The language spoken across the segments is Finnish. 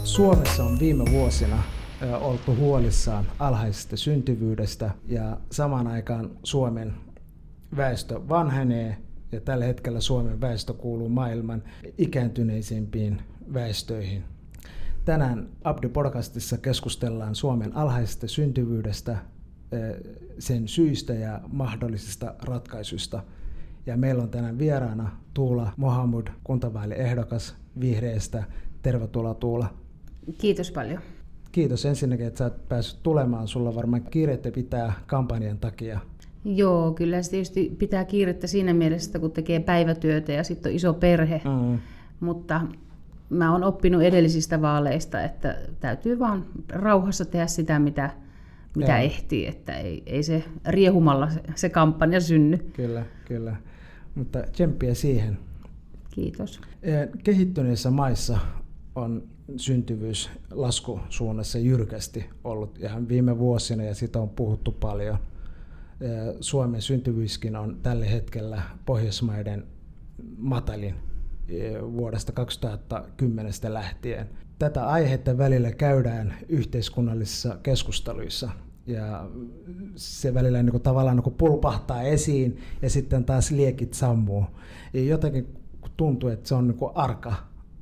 Suomessa on viime vuosina oltu huolissaan alhaisesta syntyvyydestä ja samaan aikaan Suomen väestö vanhenee ja tällä hetkellä Suomen väestö kuuluu maailman ikääntyneisimpiin väestöihin. Tänään Abdi-podcastissa keskustellaan Suomen alhaisesta syntyvyydestä, sen syistä ja mahdollisista ratkaisuista. Ja meillä on tänään vieraana Tuula Mohamud, kuntavaaliehdokas Vihreästä. Tervetuloa Tuula. Kiitos paljon. Kiitos ensinnäkin, että sä oot päässyt tulemaan. Sulla varmaan kiirettä pitää kampanjan takia. Joo, kyllä se tietysti pitää kiirettä siinä mielessä, kun tekee päivätyötä ja sitten on iso perhe. Mutta mä oon oppinut edellisistä vaaleista, että täytyy vaan rauhassa tehdä sitä, mitä ehtii, että ei se riehumalla se kampanja synny. Kyllä. Mutta tsemppiä siihen. Kiitos. Kehittyneissa maissa on syntyvyys laskusuunnassa jyrkästi ollut ihan viime vuosina ja siitä on puhuttu paljon. Suomen syntyvyyskin on tällä hetkellä Pohjoismaiden matalin vuodesta 2010 lähtien. Tätä aihetta välillä käydään yhteiskunnallisissa keskusteluissa ja se välillä niin kuin tavallaan niin kuin pulpahtaa esiin ja sitten taas liekit sammuu. Ja jotenkin tuntuu, että se on niin kuin arka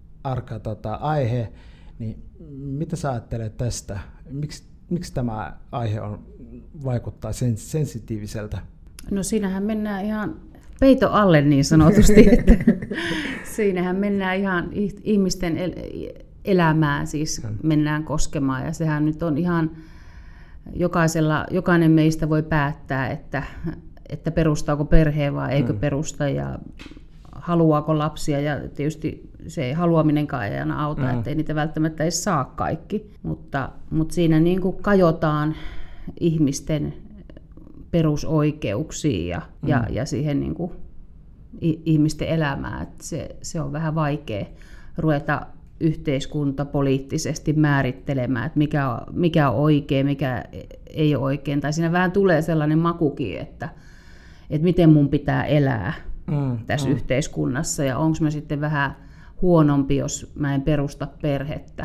aihe, niin mitä sä ajattelet tästä? Miksi tämä aihe vaikuttaa sensitiiviseltä? No siinähän mennään ihan peito alle niin sanotusti, että siinähän mennään ihan ihmisten elämään siis mennään koskemaan ja sehän nyt on ihan jokainen meistä voi päättää, että perustaako perheen vai eikö perusta ja haluaako lapsia ja tietysti se ei haluaminenkaan ei aina auta, ettei niitä välttämättä edes saa kaikki, mutta siinä niin kuin kajotaan ihmisten perusoikeuksiin ja siihen niin kuin ihmisten elämään, että se on vähän vaikea ruveta yhteiskuntapoliittisesti määrittelemään, että mikä on oikein, mikä ei ole oikein, tai siinä vähän tulee sellainen makukin, että miten mun pitää elää tässä yhteiskunnassa ja onko mä sitten vähän huonompi, jos mä en perusta perhettä.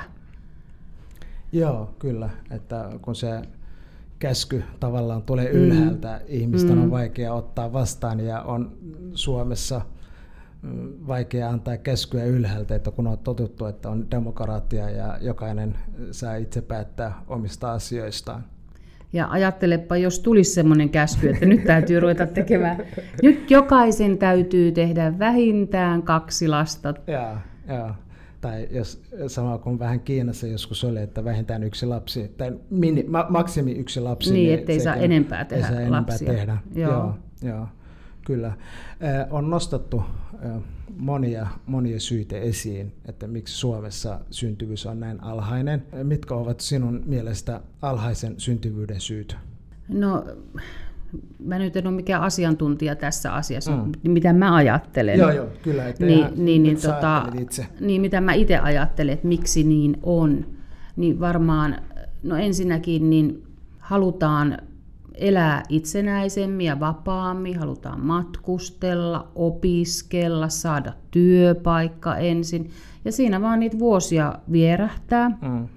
Joo, kyllä, että kun se käsky tavallaan tulee ylhäältä, ihmisten on vaikea ottaa vastaan ja on Suomessa vaikea antaa käskyä ylhäältä, että kun on totuttu, että on demokratia ja jokainen saa itse päättää omista asioistaan. Ja ajattelepa, jos tulisi semmoinen käsky, että nyt täytyy ruveta tekemään, nyt jokaisen täytyy tehdä vähintään 2 lasta. Joo. Tai jos sama kuin vähän Kiinassa joskus oli, että vähintään 1 lapsi, tai maksimi 1 lapsi. Niin, ettei saa enempää tehdä lapsia. Joo, kyllä. On nostettu monia syitä esiin, että miksi Suomessa syntyvyys on näin alhainen. Mitkä ovat sinun mielestä alhaisen syntyvyyden syyt? No, mä nyt en ole mikään asiantuntija tässä asiassa, mitä mä ajattelen. Joo, kyllä. Niin, mitä mä itse ajattelen, että miksi niin on. Niin varmaan, no ensinnäkin niin halutaan elää itsenäisemmin ja vapaammin, halutaan matkustella, opiskella, saada työpaikka ensin. Ja siinä vaan niitä vuosia vierähtää.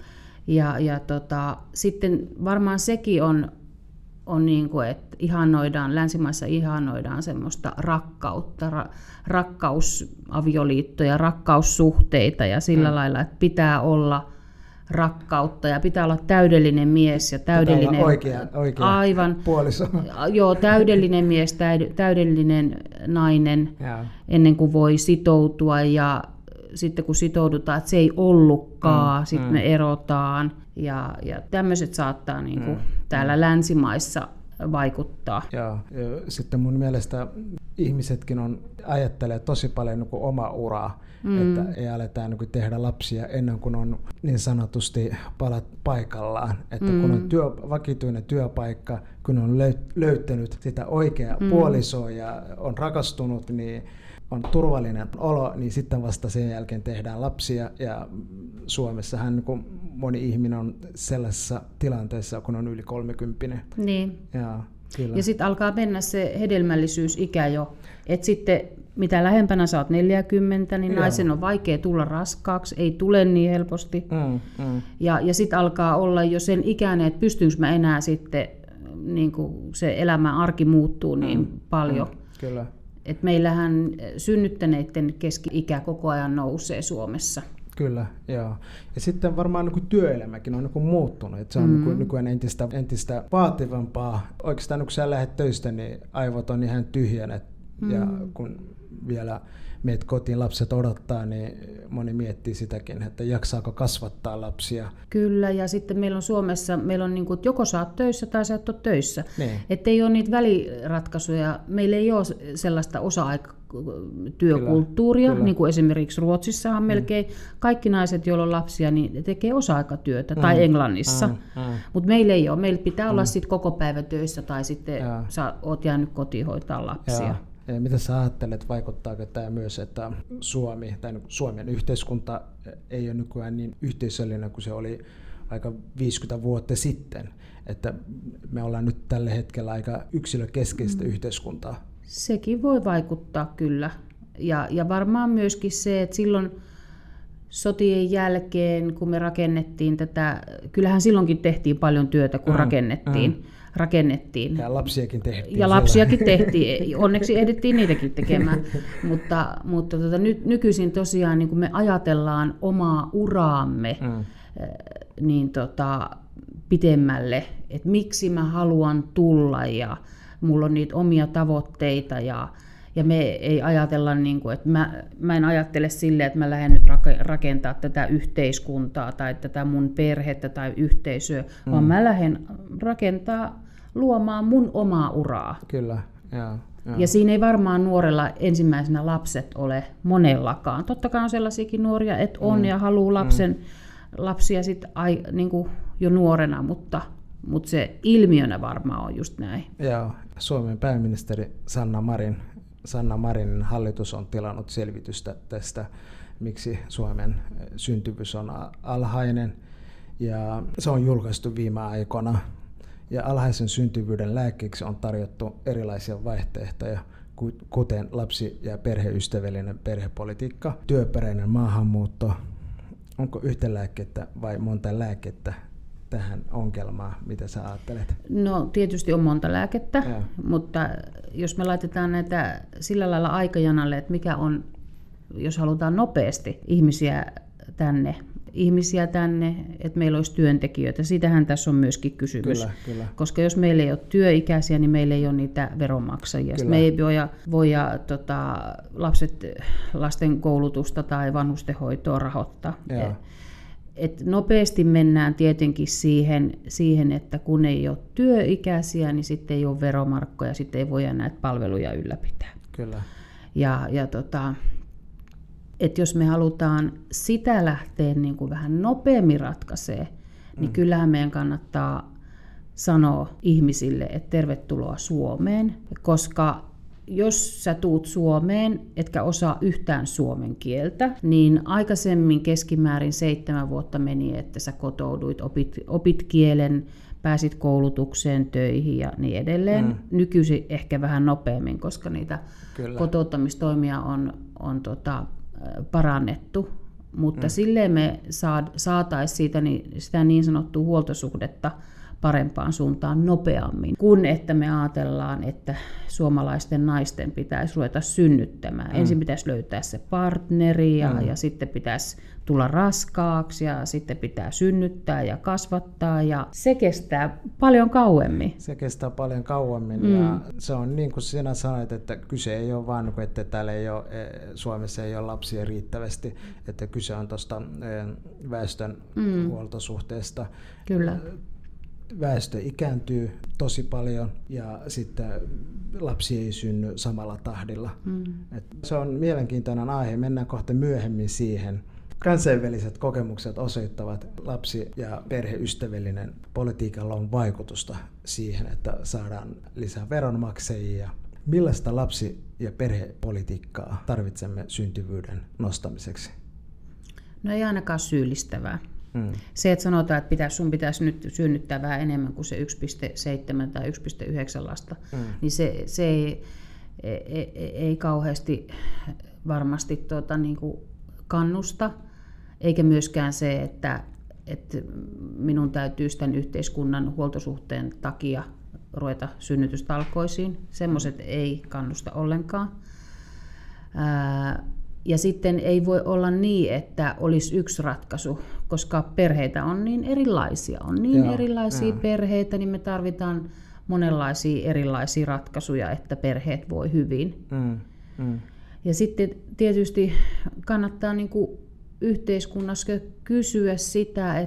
Sitten varmaan sekin on niin kuin, että länsimaissa ihannoidaan semmoista rakkautta, rakkausavioliittoja, rakkaussuhteita ja sillä lailla, että pitää olla rakkautta ja pitää olla täydellinen mies ja täydellinen oikea aivan puoliso. Joo, täydellinen mies, täydellinen nainen ennen kuin voi sitoutua ja sitten kun sitoudutaan, että se ei ollutkaan, sitten me erotaan ja tämmöiset saattaa niin kuin täällä länsimaissa vaikuttaa. Ja sitten mun mielestä ihmisetkin ajattelee tosi paljon niin kuin omaa uraa, että ei aleta niin kuin tehdä lapsia ennen kuin on niin sanotusti palat paikallaan. Että kun on vakituinen työpaikka, kun on löytänyt sitä oikeaa puolisoa ja on rakastunut, niin on turvallinen olo, niin sitten vasta sen jälkeen tehdään lapsia. Ja Suomessahan niin moni ihminen on sellaisessa tilanteessa, kun on yli 30. Niin. Ja sitten alkaa mennä se hedelmällisyysikä jo. Et sitten mitä lähempänä sä oot 40, niin naisen on vaikea tulla raskaaksi, ei tule niin helposti. Ja sitten alkaa olla jo sen ikäinen, että pystynkö mä enää sitten, niin kuin se elämän arki muuttuu niin paljon. Kyllä. Et meillähän synnyttäneiden keski-ikä koko ajan nousee Suomessa. Kyllä, joo. Ja sitten varmaan niin työelämäkin on niin muuttunut. Että se on nykyään entistä vaativampaa. Oikeastaan kun sä lähdet töistä, niin aivot on ihan tyhjänä. Ja kun vielä meet kotiin, lapset odottaa, niin moni miettii sitäkin, että jaksaako kasvattaa lapsia. Kyllä, ja sitten meillä on Suomessa, niin kuin, että joko sä oot töissä tai sä et ole töissä. Niin. Että ei ole niitä väliratkaisuja. Meillä ei ole sellaista osa-aikatyökulttuuria, Kyllä. niin kuin esimerkiksi Ruotsissahan melkein kaikki naiset, joilla on lapsia, niin ne tekee osa-aikatyötä, tai Englannissa. Mutta meillä ei ole. Meillä pitää olla sitten koko päivä töissä, tai sitten sä oot jäänyt kotiin hoitaa lapsia. Ja mitä sä ajattelet, vaikuttaako tämä myös, että Suomen yhteiskunta ei ole nykyään niin yhteisöllinen kuin se oli aika 50 vuotta sitten, että me ollaan nyt tällä hetkellä aika yksilökeskeistä yhteiskuntaa? Sekin voi vaikuttaa kyllä. Ja varmaan myöskin se, että silloin sotien jälkeen, kun me rakennettiin tätä, kyllähän silloinkin tehtiin paljon työtä, kun rakennettiin. Ja lapsiakin tehtiin. Ja lapsiakin tehtiin. Onneksi ehdittiin niitäkin tekemään. mutta nykyisin tosiaan niin kun me ajatellaan omaa uraamme niin pidemmälle, että miksi mä haluan tulla ja mulla on niitä omia tavoitteita ja me ei ajatella, niin kuin, että mä en ajattele silleen, että mä lähden nyt rakentaa tätä yhteiskuntaa tai tätä mun perhettä tai yhteisöä, vaan mä lähden luomaan mun omaa uraa. Kyllä, joo. Ja siinä ei varmaan nuorella ensimmäisenä lapset ole monellakaan. Totta kai on sellaisiakin nuoria, että on ja haluaa lapsia sit niin kuin jo nuorena, mutta se ilmiönä varmaan on just näin. Joo. Suomen pääministeri Sanna Marinin hallitus on tilannut selvitystä tästä, miksi Suomen syntyvyys on alhainen. Ja se on julkaistu viime aikoina. Ja alhaisen syntyvyyden lääkkeeksi on tarjottu erilaisia vaihtoehtoja, kuten lapsi- ja perheystävällinen perhepolitiikka, työperäinen maahanmuutto. Onko yhtä lääkettä vai monta lääkettä tähän ongelmaan, mitä sä ajattelet? No tietysti on monta lääkettä, mutta jos me laitetaan näitä sillä lailla aikajanalle, että mikä on, jos halutaan nopeasti ihmisiä tänne, että meillä olisi työntekijöitä. Siitähän tässä on myöskin kysymys. Kyllä. Koska jos meillä ei ole työikäisiä, niin meillä ei ole niitä veronmaksajia. Me ei voi lasten koulutusta tai vanhustenhoitoa rahoittaa. Et nopeasti mennään tietenkin siihen, että kun ei ole työikäisiä, niin sitten ei ole veromarkkoja, sitten ei voida näitä palveluja ylläpitää. Kyllä. Että jos me halutaan sitä lähteä niin kuin vähän nopeammin ratkaisee, niin kyllähän meidän kannattaa sanoa ihmisille, että tervetuloa Suomeen, koska jos sä tuut Suomeen, etkä osaa yhtään suomen kieltä, niin aikaisemmin keskimäärin 7 vuotta meni, että sä kotouduit, opit kielen, pääsit koulutukseen, töihin ja niin edelleen. Nykyisin ehkä vähän nopeammin, koska niitä kotouttamistoimia on parannettu, mutta silleen me saataisiin sitä niin sanottua huoltosuhdetta parempaan suuntaan nopeammin, kun että me ajatellaan, että suomalaisten naisten pitäisi ruveta synnyttämään. Ensin pitäisi löytää se partneri ja sitten pitäisi tulla raskaaksi ja sitten pitää synnyttää ja kasvattaa ja se kestää paljon kauemmin. Se kestää paljon kauemmin ja se on niin kuin sinä sanoit, että kyse ei ole vain, että täällä ei ole, Suomessa ei ole lapsia riittävästi, että kyse on tuosta väestön huoltosuhteesta. Kyllä. Väestö ikääntyy tosi paljon ja sitten lapsi ei synny samalla tahdilla. Se on mielenkiintoinen aihe, mennään kohta myöhemmin siihen. Kansainväliset kokemukset osoittavat, että lapsi- ja perheystävällinen politiikalla on vaikutusta siihen, että saadaan lisää veronmaksajia. Millaista lapsi- ja perhepolitiikkaa tarvitsemme syntyvyyden nostamiseksi? No ei ainakaan syyllistävää. Se, että sanotaan, että sun pitäisi nyt synnyttää vähän enemmän kuin se 1,7 tai 1,9 lasta, niin ei kauheasti varmasti niin kuin kannusta, eikä myöskään se, että minun täytyy tämän yhteiskunnan huoltosuhteen takia ruveta synnytystalkoisiin. Semmoiset ei kannusta ollenkaan. Ja sitten ei voi olla niin, että olisi yksi ratkaisu, koska perheitä on niin erilaisia. On niin erilaisia perheitä, niin me tarvitaan monenlaisia erilaisia ratkaisuja, että perheet voi hyvin. Ja sitten tietysti kannattaa niin kuin yhteiskunnassa kysyä sitä,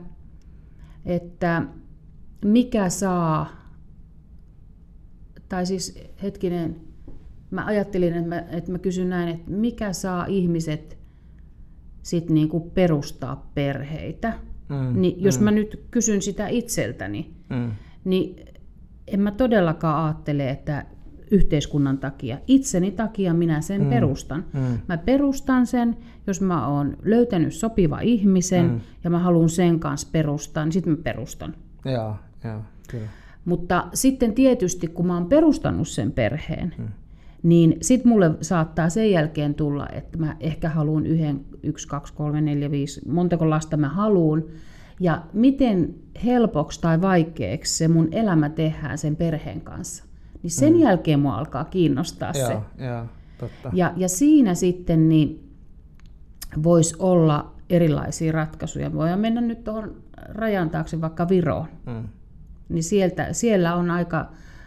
että mikä saa, tai siis hetkinen, mä ajattelin, että mä kysyn näin, että mikä saa ihmiset sit niin kuin perustaa perheitä. Niin jos mä nyt kysyn sitä itseltäni, niin en mä todellakaan ajattele, että yhteiskunnan takia, itseni takia minä sen perustan. Mä perustan sen, jos mä oon löytänyt sopiva ihmisen ja mä haluan sen kanssa perustaa, niin sitten mä perustan. Joo, kyllä. Mutta sitten tietysti, kun mä oon perustanut sen perheen, niin sitten mulle saattaa sen jälkeen tulla, että mä ehkä haluan 1, 2, 3, 4, 5, montako lasta mä haluan, ja miten helpoksi tai vaikeaksi se mun elämä tehdään sen perheen kanssa. Niin sen jälkeen mua alkaa kiinnostaa se. Joo, totta. Ja siinä sitten niin voisi olla erilaisia ratkaisuja. Voidaan mennä nyt tuohon rajan taakse vaikka Viroon. Niin siellä on aika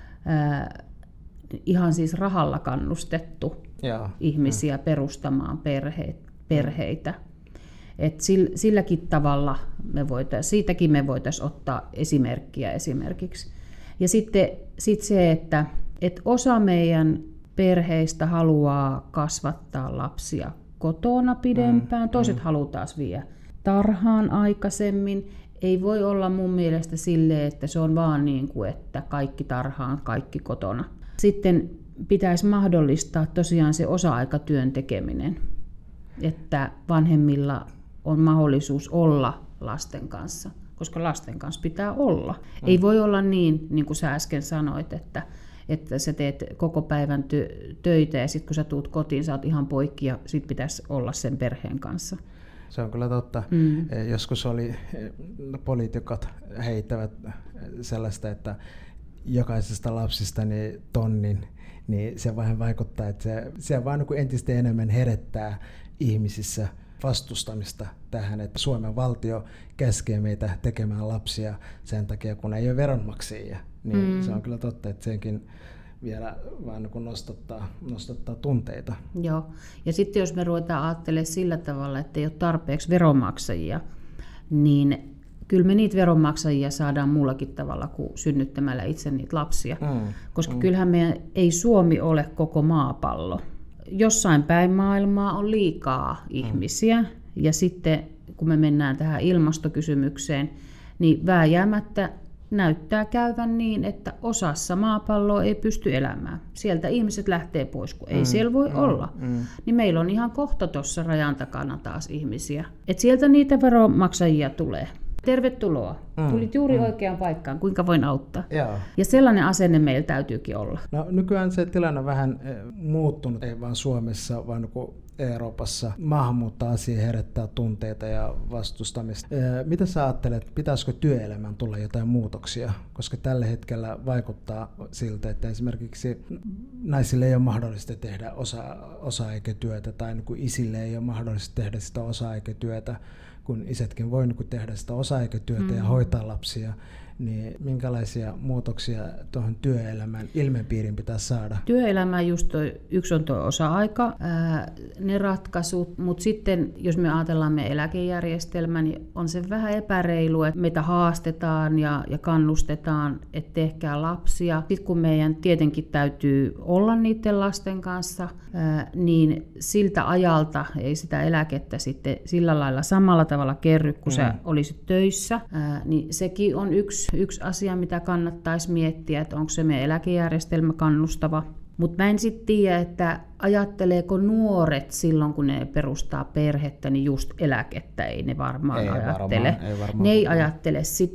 ihan siis rahalla kannustettu ihmisiä perustamaan perheitä. Et silläkin tavalla siitäkin me voitaisiin ottaa esimerkkiä esimerkiksi. Ja sitten se, että osa meidän perheistä haluaa kasvattaa lapsia kotona pidempään, toiset haluaa taas viedä tarhaan aikaisemmin. Ei voi olla mun mielestä silleen, että se on vaan niin kuin, että kaikki tarhaan, kaikki kotona. Sitten pitäisi mahdollistaa tosiaan se osa-aikatyön tekeminen, että vanhemmilla on mahdollisuus olla lasten kanssa, koska lasten kanssa pitää olla. Ei voi olla niin kuin sä äsken sanoit, että sä teet koko päivän töitä ja sitten kun sä tuut kotiin, sä oot ihan poikki ja sit pitäisi olla sen perheen kanssa. Se on kyllä totta. Joskus poliitikot heittävät sellaista, että jokaisesta lapsista niin tonnin, niin se vähän vaikuttaa, että se vaan niin entistä enemmän herättää ihmisissä vastustamista tähän, että Suomen valtio käskee meitä tekemään lapsia sen takia, kun ei ole veronmaksajia. Niin se on kyllä totta, että senkin vielä vaan niin nostattaa tunteita. Joo, ja sitten jos me ruvetaan ajattelemaan sillä tavalla, että ei ole tarpeeksi veronmaksajia, niin kyllä me niitä veronmaksajia saadaan muullakin tavalla kuin synnyttämällä itse niitä lapsia. Koska kyllähän ei Suomi ole koko maapallo. Jossain päin maailmaa on liikaa ihmisiä, ja sitten kun me mennään tähän ilmastokysymykseen, niin vääjäämättä näyttää käyvän niin, että osassa maapalloa ei pysty elämään. Sieltä ihmiset lähtee pois, kun ei siellä voi olla. Niin meillä on ihan kohta tuossa rajan takana taas ihmisiä. Et sieltä niitä veronmaksajia tulee. Tervetuloa. Tulit juuri oikeaan paikkaan. Kuinka voin auttaa? Joo. Ja sellainen asenne meillä täytyykin olla. No, nykyään se tilanne on vähän muuttunut, ei vain Suomessa, vaan Euroopassa. Maahanmuutto-asia herättää tunteita ja vastustamista. Mitä sä ajattelet, pitäisikö työelämään tulla jotain muutoksia? Koska tällä hetkellä vaikuttaa siltä, että esimerkiksi naisille ei ole mahdollista tehdä osa-aikatyötä tai niin kuin isille ei ole mahdollista tehdä sitä osa-aikatyötä, kun isätkin voi tehdä sitä osa-aikatyötä ja hoitaa lapsia, niin minkälaisia muutoksia tuohon työelämän ilmapiiriin pitää saada? Työelämään just yksi on tuo osa-aika, ne ratkaisut, mutta sitten jos me ajatellaan meidän eläkejärjestelmä, niin on se vähän epäreilu, että meitä haastetaan ja kannustetaan, että tehkää lapsia. Sitten kun meidän tietenkin täytyy olla niiden lasten kanssa, niin siltä ajalta ei sitä eläkettä sitten sillä lailla samalla tavalla kerry, kun sä olisit töissä, niin sekin on yksi asia, mitä kannattaisi miettiä, että onko se meidän eläkejärjestelmä kannustava. Mutta mä en sitten tiedä, että ajatteleeko nuoret silloin, kun ne perustaa perhettä, niin just eläkettä ei ne varmaan ajattele. Ne ei ajattele sitä,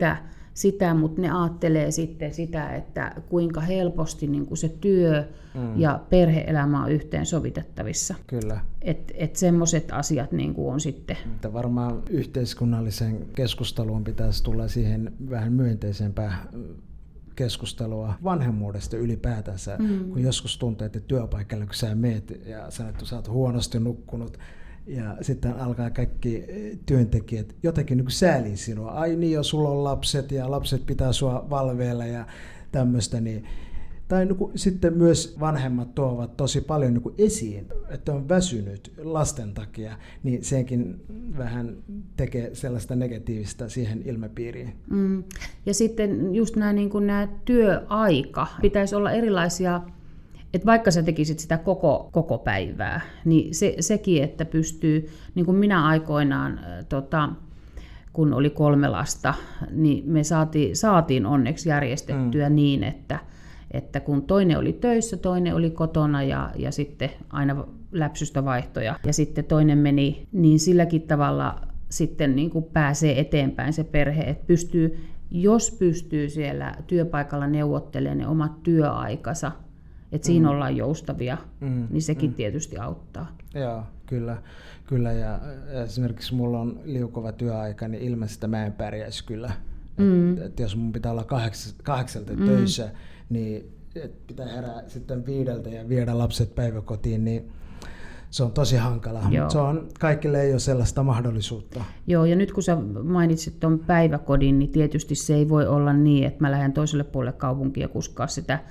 sitä, mutta ne ajattelee sitten sitä, että kuinka helposti niin kuin se työ ja perhe-elämä on yhteensovitettavissa. Kyllä. Et semmoiset asiat niin kuin on sitten. Että varmaan yhteiskunnallisen keskusteluun pitäisi tulla siihen vähän myönteisempää keskustelua vanhemmuudesta ylipäätänsä, kun joskus tuntuu, että työpaikalla kun sä meet ja sanot, että sä oot huonosti nukkunut, ja sitten alkaa kaikki työntekijät jotenkin niin kuin säälii sinua. Ai niin, jos sulla on lapset ja lapset pitää sua valveilla ja tämmöistä. Niin. Tai niin kuin, sitten myös vanhemmat tuovat tosi paljon niin kuin esiin, että on väsynyt lasten takia, niin senkin vähän tekee sellaista negatiivista siihen ilmapiiriin. Ja sitten just nämä työaika. Pitäisi olla erilaisia. Että vaikka sä tekisit sitä koko päivää, niin sekin, että pystyy, niin kuin minä aikoinaan, kun oli 3 lasta, niin me saatiin onneksi järjestettyä niin, että kun toinen oli töissä, toinen oli kotona ja sitten aina läpsystä vaihtoja ja sitten toinen meni, niin silläkin tavalla sitten niin kuin pääsee eteenpäin se perhe, että jos pystyy siellä työpaikalla neuvottelemaan ne omat työaikansa, että siinä ollaan joustavia, niin sekin tietysti auttaa. Joo, kyllä. Ja esimerkiksi mulla on liukuva työaika, niin ilmeisesti mä en pärjäisi kyllä. Et jos mun pitää olla 8 töissä, niin pitää herää sitten 5 ja viedä lapset päiväkotiin, niin se on tosi hankala. Kaikille ei ole sellaista mahdollisuutta. Joo, ja nyt kun sä mainitsit tuon päiväkodin, niin tietysti se ei voi olla niin, että mä lähden toiselle puolelle kaupunkia kuskaa sitä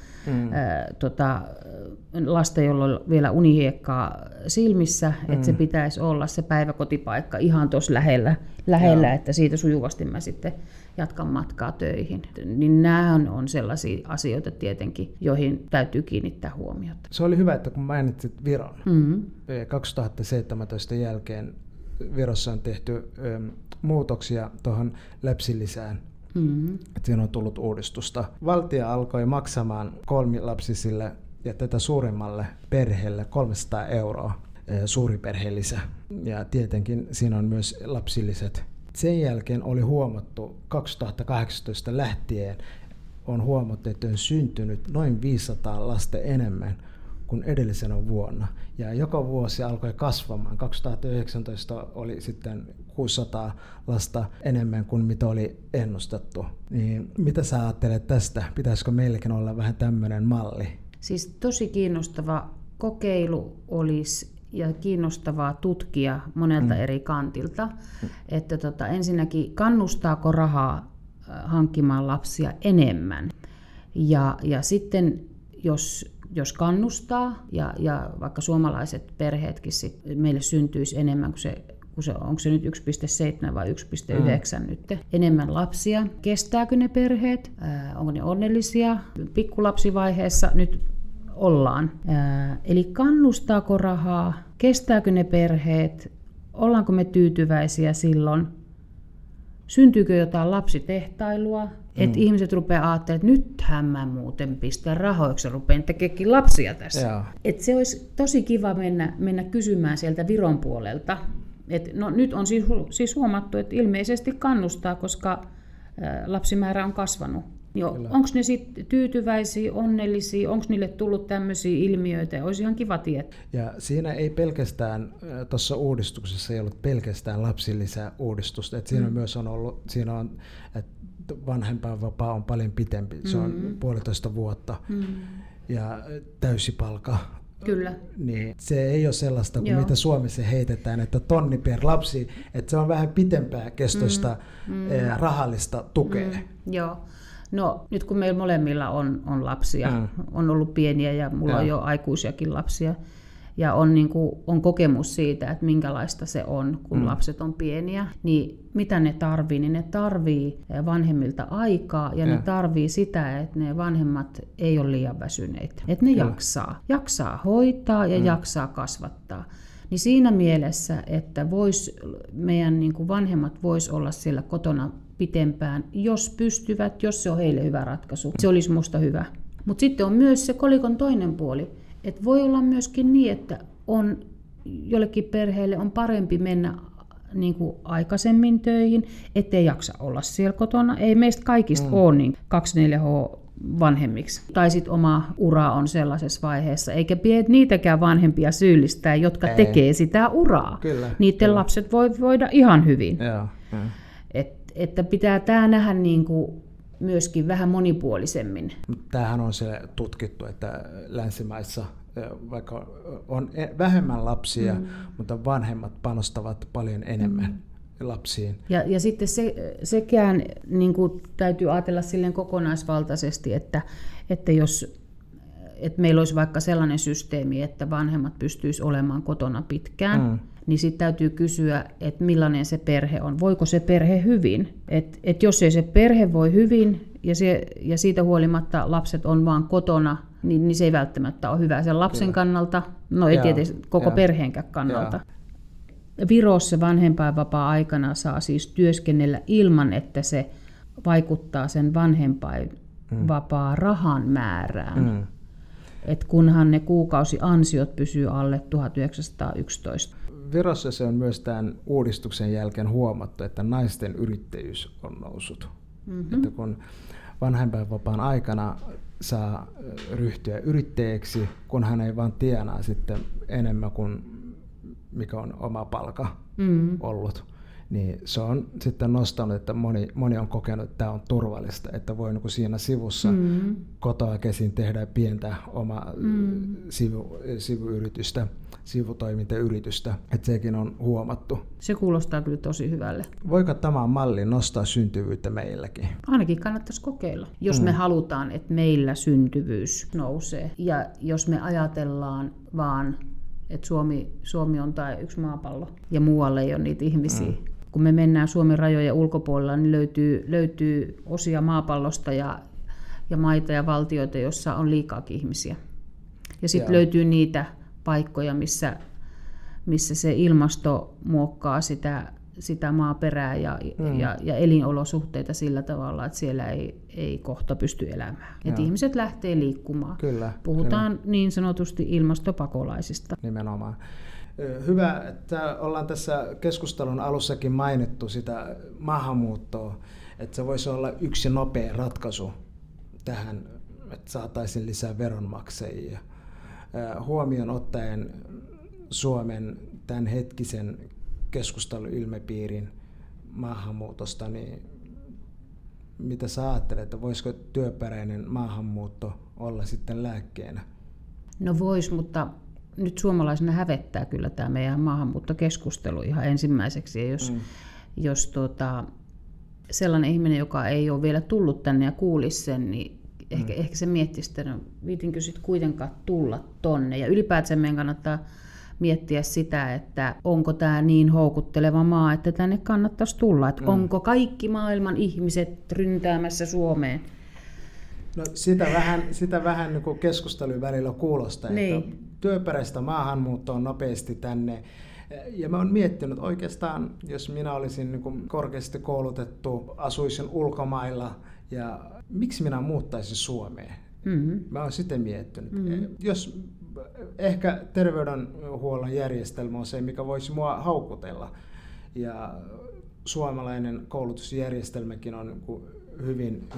lasta, jolla on vielä unihiekkaa silmissä, että se pitäisi olla se päiväkotipaikka ihan tuossa lähellä että siitä sujuvasti mä sitten jatkan matkaa töihin. Niin nämä on sellaisia asioita tietenkin, joihin täytyy kiinnittää huomiota. Se oli hyvä, että kun mainitsit Viron. 2017 jälkeen Virossa on tehty muutoksia tuohon lapsilisään. Siinä on tullut uudistusta. Valtio alkoi maksamaan 3-lapsisille ja tätä suurimmalle perheelle 300 € suuriperhelisä. Ja tietenkin siinä on myös lapsilisät. Sen jälkeen oli huomattu 2018 lähtien on huomattu, että on syntynyt noin 500 lasta enemmän kuin edellisenä vuonna. Ja joka vuosi alkoi kasvamaan. 2019 oli sitten 600 lasta enemmän kuin mitä oli ennustettu. Niin mitä sä ajattelet tästä? Pitäisikö meilläkin olla vähän tämmöinen malli? Siis tosi kiinnostava kokeilu olisi ja kiinnostavaa tutkia monelta eri kantilta. Että ensinnäkin kannustaako rahaa hankkimaan lapsia enemmän. Ja sitten jos kannustaa, ja vaikka suomalaiset perheetkin meille syntyisi enemmän onko se nyt 1,7 vai 1,9 nyt, enemmän lapsia. Kestääkö ne perheet? Onko ne onnellisia? Pikkulapsivaiheessa nyt ollaan. Eli kannustaako rahaa? Kestääkö ne perheet? Ollaanko me tyytyväisiä silloin? Syntyykö jotain lapsitehtailua? Että ihmiset rupeaa ajattelemaan, että nythän mä muuten pistän rahoiksi ja rupean tekeekin lapsia tässä. Että se olisi tosi kiva mennä kysymään sieltä Viron puolelta. No, nyt on siis huomattu, että ilmeisesti kannustaa, koska lapsimäärä on kasvanut. Onko ne sitten tyytyväisiä, onnellisia, onko niille tullut tämmöisiä ilmiöitä? Olisi ihan kiva tietää. Ja siinä ei pelkästään, tuossa uudistuksessa ei ollut pelkästään lapsilisäuudistusta, että siinä myös on ollut, että vanhempainvapaa on paljon pitempi, se on 1,5 vuotta ja täysipalkka. Kyllä. Niin se ei ole sellaista kuin mitä Suomessa heitetään, että tonni per lapsi, että se on vähän pitempää kestoista rahallista tukea. Joo. No nyt kun meillä molemmilla on lapsia, on ollut pieniä ja mulla on jo aikuisiakin lapsia, ja on kokemus siitä, että minkälaista se on, kun lapset on pieniä, niin mitä ne tarvii? Niin ne tarvii vanhemmilta aikaa ja ne tarvii sitä, että ne vanhemmat ei ole liian väsyneitä. Että ne jaksaa hoitaa ja jaksaa kasvattaa. Niin siinä mielessä, että meidän vanhemmat vois olla siellä kotona pitempään, jos pystyvät, jos se on heille hyvä ratkaisu. Se olisi musta hyvä. Mutta sitten on myös se kolikon toinen puoli. Että voi olla myöskin niin, että jollekin perheelle on parempi mennä niin kuin aikaisemmin töihin, ettei jaksa olla siellä kotona. Ei meistä kaikista ole niin 24H vanhemmiksi. Tai sitten oma ura on sellaisessa vaiheessa, eikä pidä niitäkään vanhempia syyllistää, jotka tekee sitä uraa. Niiden lapset voi voida ihan hyvin. Että pitää tämä nähdä niin kuin myöskin vähän monipuolisemmin. Tämähän on se tutkittu, että länsimaissa vaikka on vähemmän lapsia, mutta vanhemmat panostavat paljon enemmän lapsiin. Ja sitten sekään niin kuin täytyy ajatella silleen kokonaisvaltaisesti, että meillä olisi vaikka sellainen systeemi, että vanhemmat pystyisivät olemaan kotona pitkään, niin sitten täytyy kysyä, että millainen se perhe on. Voiko se perhe hyvin? Et jos ei se perhe voi hyvin ja siitä huolimatta lapset on vaan kotona, niin se ei välttämättä ole hyvä sen lapsen kannalta, no ei tietysti koko perheenkään kannalta. Virossa vanhempainvapaa-aikana saa siis työskennellä ilman, että se vaikuttaa sen vanhempainvapaa-rahan määrään. Et kunhan ne kuukausiansiot pysyy alle 1911. Virossa se on myös tämän uudistuksen jälkeen huomattu, että naisten yrittäjyys on noussut. Että kun vanhempainvapaan aikana saa ryhtyä yrittäjäksi, kun hän ei vaan tienaa sitten enemmän kuin mikä on oma palkka ollut, niin se on sitten nostanut, että moni on kokenut, että tämä on turvallista, että voi niin kuin siinä sivussa kotoa käsin tehdä pientä omaa sivuyritystä, sivutoimintayritystä, että sekin on huomattu. Se kuulostaa kyllä tosi hyvälle. Voiko tämä malli nostaa syntyvyyttä meilläkin? Ainakin kannattaisi kokeilla, jos me halutaan, että meillä syntyvyys nousee. Ja jos me ajatellaan vaan, että Suomi on tai yksi maapallo ja muualle ei ole niitä ihmisiä. Kun me mennään Suomen rajojen ulkopuolella, niin löytyy osia maapallosta ja maita ja valtioita, joissa on liikaakin ihmisiä. Ja sitten löytyy niitä paikkoja, missä se ilmasto muokkaa sitä maaperää ja elinolosuhteita sillä tavalla, että siellä ei kohta pysty elämään. Että ihmiset lähtee liikkumaan. Puhutaan niin sanotusti ilmastopakolaisista. Nimenomaan. Hyvä, että ollaan tässä keskustelun alussakin mainittu sitä maahanmuuttoa, että se voisi olla yksi nopea ratkaisu tähän, että saataisiin lisää veronmaksajia. Huomioon ottaen Suomen tämän hetkisen keskusteluilmapiirin maahanmuutosta, niin mitä sä ajattelet, että voisiko työperäinen maahanmuutto olla sitten lääkkeenä? No vois, mutta nyt suomalaisena hävettää kyllä tämä meidän maahanmuuttokeskustelu ihan ensimmäiseksi. Ja jos sellainen ihminen, joka ei ole vielä tullut tänne ja kuulisi sen, niin ehkä se miettisi, että no, viitinkö sitten kuitenkaan tulla tonne. Ja ylipäätään meidän kannattaa miettiä sitä, että onko tämä niin houkutteleva maa, että tänne kannattaisi tulla. Että onko kaikki maailman ihmiset ryntäämässä Suomeen? No, sitä vähän niin kuin keskustelun välillä kuulostaa, että työperäistä maahanmuuttoa on nopeasti tänne. Ja mä oon miettinyt oikeastaan, jos minä olisin niin kuin korkeasti koulutettu, asuisin ulkomailla, ja miksi minä muuttaisin Suomeen? Mä oon sitä miettinyt. Jos ehkä terveydenhuollon järjestelmä on se, mikä voisi mua haukutella, ja suomalainen koulutusjärjestelmäkin on hyvin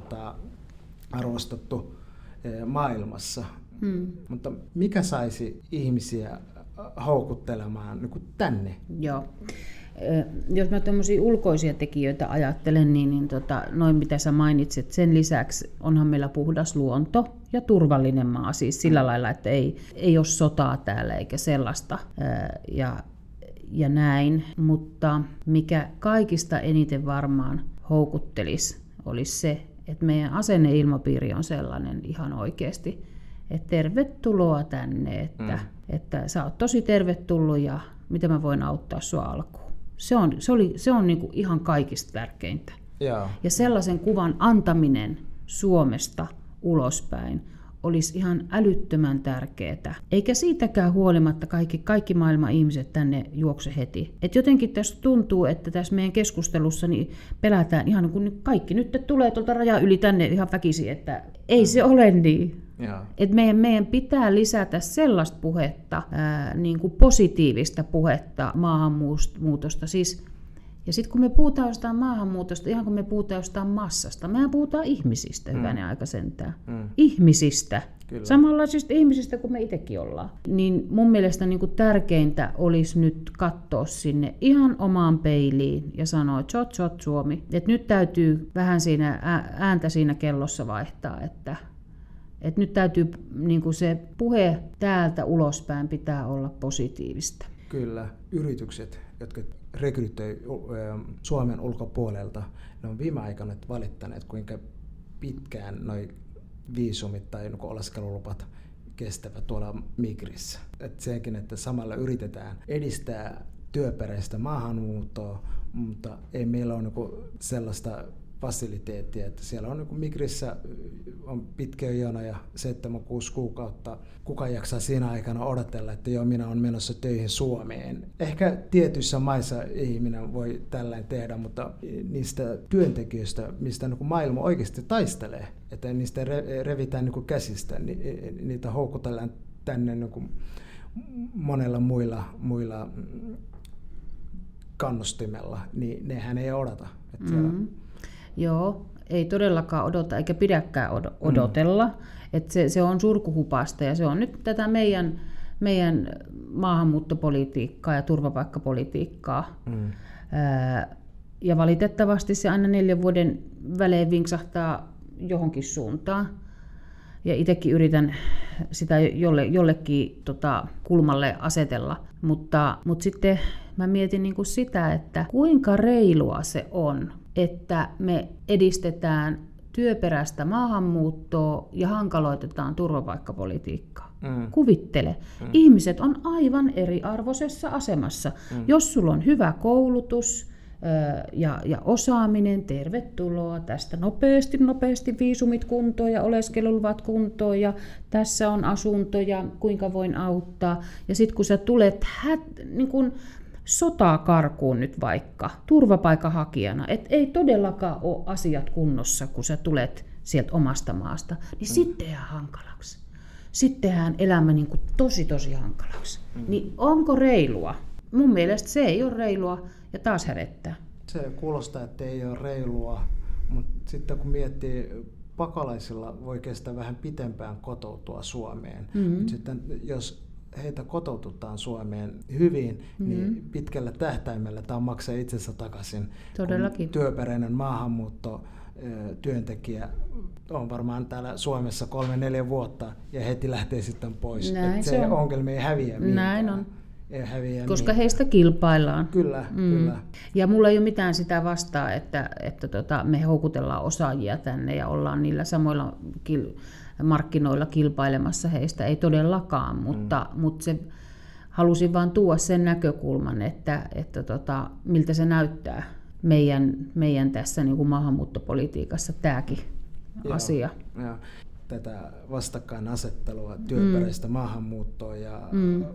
arvostettu maailmassa. Mutta mikä saisi ihmisiä houkuttelemaan niin kuin tänne? Joo. Jos mä tämmöisiä ulkoisia tekijöitä ajattelen, niin noin mitä sä mainitsit, sen lisäksi onhan meillä puhdas luonto ja turvallinen maa, siis sillä lailla, että ei ole sotaa täällä eikä sellaista ja näin. Mutta mikä kaikista eniten varmaan houkuttelisi, olisi se, että meidän asenneilmapiiri on sellainen ihan oikeasti, että tervetuloa tänne, että sä oot tosi tervetullut ja miten mä voin auttaa sua alkuun. Se on niin kuin ihan kaikista tärkeintä. Ja sellaisen kuvan antaminen Suomesta ulospäin olisi ihan älyttömän tärkeää. Eikä siitäkään huolimatta kaikki maailman ihmiset tänne juokse heti. Et jotenkin tässä tuntuu, että tässä meidän keskustelussa niin pelätään ihan niin kuin kaikki nyt tulee tuolta rajan yli tänne ihan väkisin, että ei se ole niin. Et meidän pitää lisätä sellaista puhetta, niin kuin positiivista puhetta maahanmuutosta. Siis, ja sitten kun me puhutaan jostain maahanmuutosta, ihan kun me puhutaan jostain massasta, mehän puhutaan ihmisistä, hyvänen aika sentään. Ihmisistä. Kyllä. Samanlaisista ihmisistä kuin me itsekin ollaan. Niin mun mielestä niin kuin tärkeintä olisi nyt katsoa sinne ihan omaan peiliin ja sanoa, tsot Suomi. Et nyt täytyy vähän siinä ääntä siinä kellossa vaihtaa, että nyt täytyy niin kuin se puhe täältä ulospäin pitää olla positiivista. Kyllä, yritykset, jotka rekrytoi Suomen ulkopuolelta, ne on viime aikoina valittaneet, kuinka pitkään noi viisumit tai oleskelulupat kestävät tuolla Migrissä. Et sekin, että samalla yritetään edistää työperäistä maahanmuuttoa, mutta ei meillä ole sellaista fasiliteettia, että siellä on Migrissä on pitkä jono ja 7-6 kuukautta. Kuka jaksaa siinä aikana odotella, että joo, minä olen menossa töihin Suomeen. Ehkä tietyissä maissa ihminen voi tällainen tehdä, mutta niistä työntekijöistä, mistä maailma oikeasti taistelee, että niistä revitään käsistä, niitä houkutellaan tänne monella muilla kannustimella, niin nehän ei odota. Joo, ei todellakaan odota eikä pidäkään odotella. Että se on surkuhupasta ja se on nyt tätä meidän maahanmuuttopolitiikkaa ja turvapaikkapolitiikkaa. Ja valitettavasti se aina 4 vuoden välein vinksahtaa johonkin suuntaan. Ja itsekin yritän sitä jollekin kulmalle asetella. Mutta sitten mä mietin niin kuin sitä, että kuinka reilua se on, että me edistetään työperäistä maahanmuuttoa ja hankaloitetaan turvapaikkapolitiikkaa. Kuvittele. Ihmiset on aivan eriarvoisessa asemassa. Jos sulla on hyvä koulutus ja osaaminen, tervetuloa tästä nopeasti viisumit kuntoon ja oleskeluluvat kuntoon ja tässä on asunto ja kuinka voin auttaa. Ja sitten kun sä tulet niin kun sotaa karkuun nyt vaikka turvapaikanhakijana, et ei todellakaan ole asiat kunnossa, kun sä tulet sieltä omasta maasta, niin sitten tehdään hankalaksi. Sitten tehdään elämä niin kuin tosi hankalaksi. Niin onko reilua? Mun mielestä se ei ole reilua ja taas hävettää. Se kuulostaa, että ei ole reilua, mutta sitten kun miettii, pakolaisilla voi kestää vähän pitempään kotoutua Suomeen. Sitten jos heitä kotoututaan Suomeen hyvin, niin pitkällä tähtäimellä tämä maksaa itsensä takaisin. Todellakin. Työperäinen maahanmuutto, työntekijä on varmaan täällä Suomessa 3-4 vuotta ja heti lähtee sitten pois. Se ongelma ei häviä mihinkään. Näin on. Koska heistä kilpaillaan. Kyllä. Ja mulla ei ole mitään sitä vastaa, että me houkutellaan osaajia tänne ja ollaan niillä samoilla markkinoilla kilpailemassa heistä. Ei todellakaan, mutta se halusin vaan tuoda sen näkökulman, että miltä se näyttää meidän tässä niin kuin maahanmuuttopolitiikassa tämäkin asia. Joo. Tätä vastakkainasettelua, työperäistä maahanmuuttoa ja